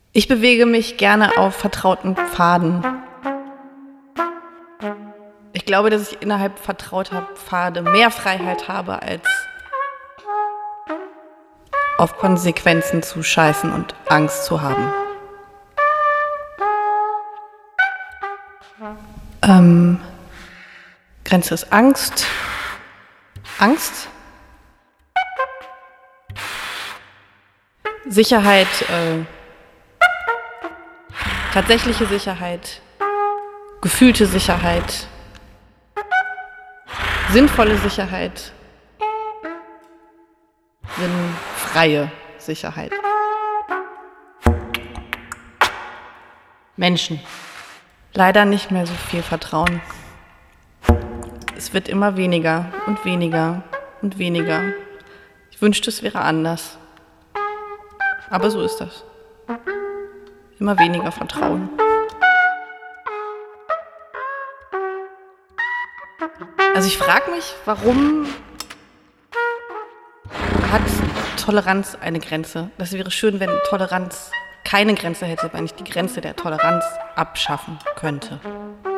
Ich bewege mich gerne auf vertrauten Pfaden. Ich glaube, dass ich innerhalb vertrauter Pfade mehr Freiheit habe, als auf Konsequenzen zu scheißen und Angst zu haben. Grenze ist Angst. Angst. Sicherheit, tatsächliche Sicherheit, gefühlte Sicherheit, sinnvolle Sicherheit, sinnfreie Sicherheit. Menschen. Leider nicht mehr so viel Vertrauen. Es wird immer weniger und weniger und weniger. Ich wünschte, es wäre anders. Aber so ist das. Immer weniger Vertrauen. Also ich frage mich, warum hat Toleranz eine Grenze? Das wäre schön, wenn Toleranz keine Grenze hätte, wenn ich die Grenze der Toleranz abschaffen könnte.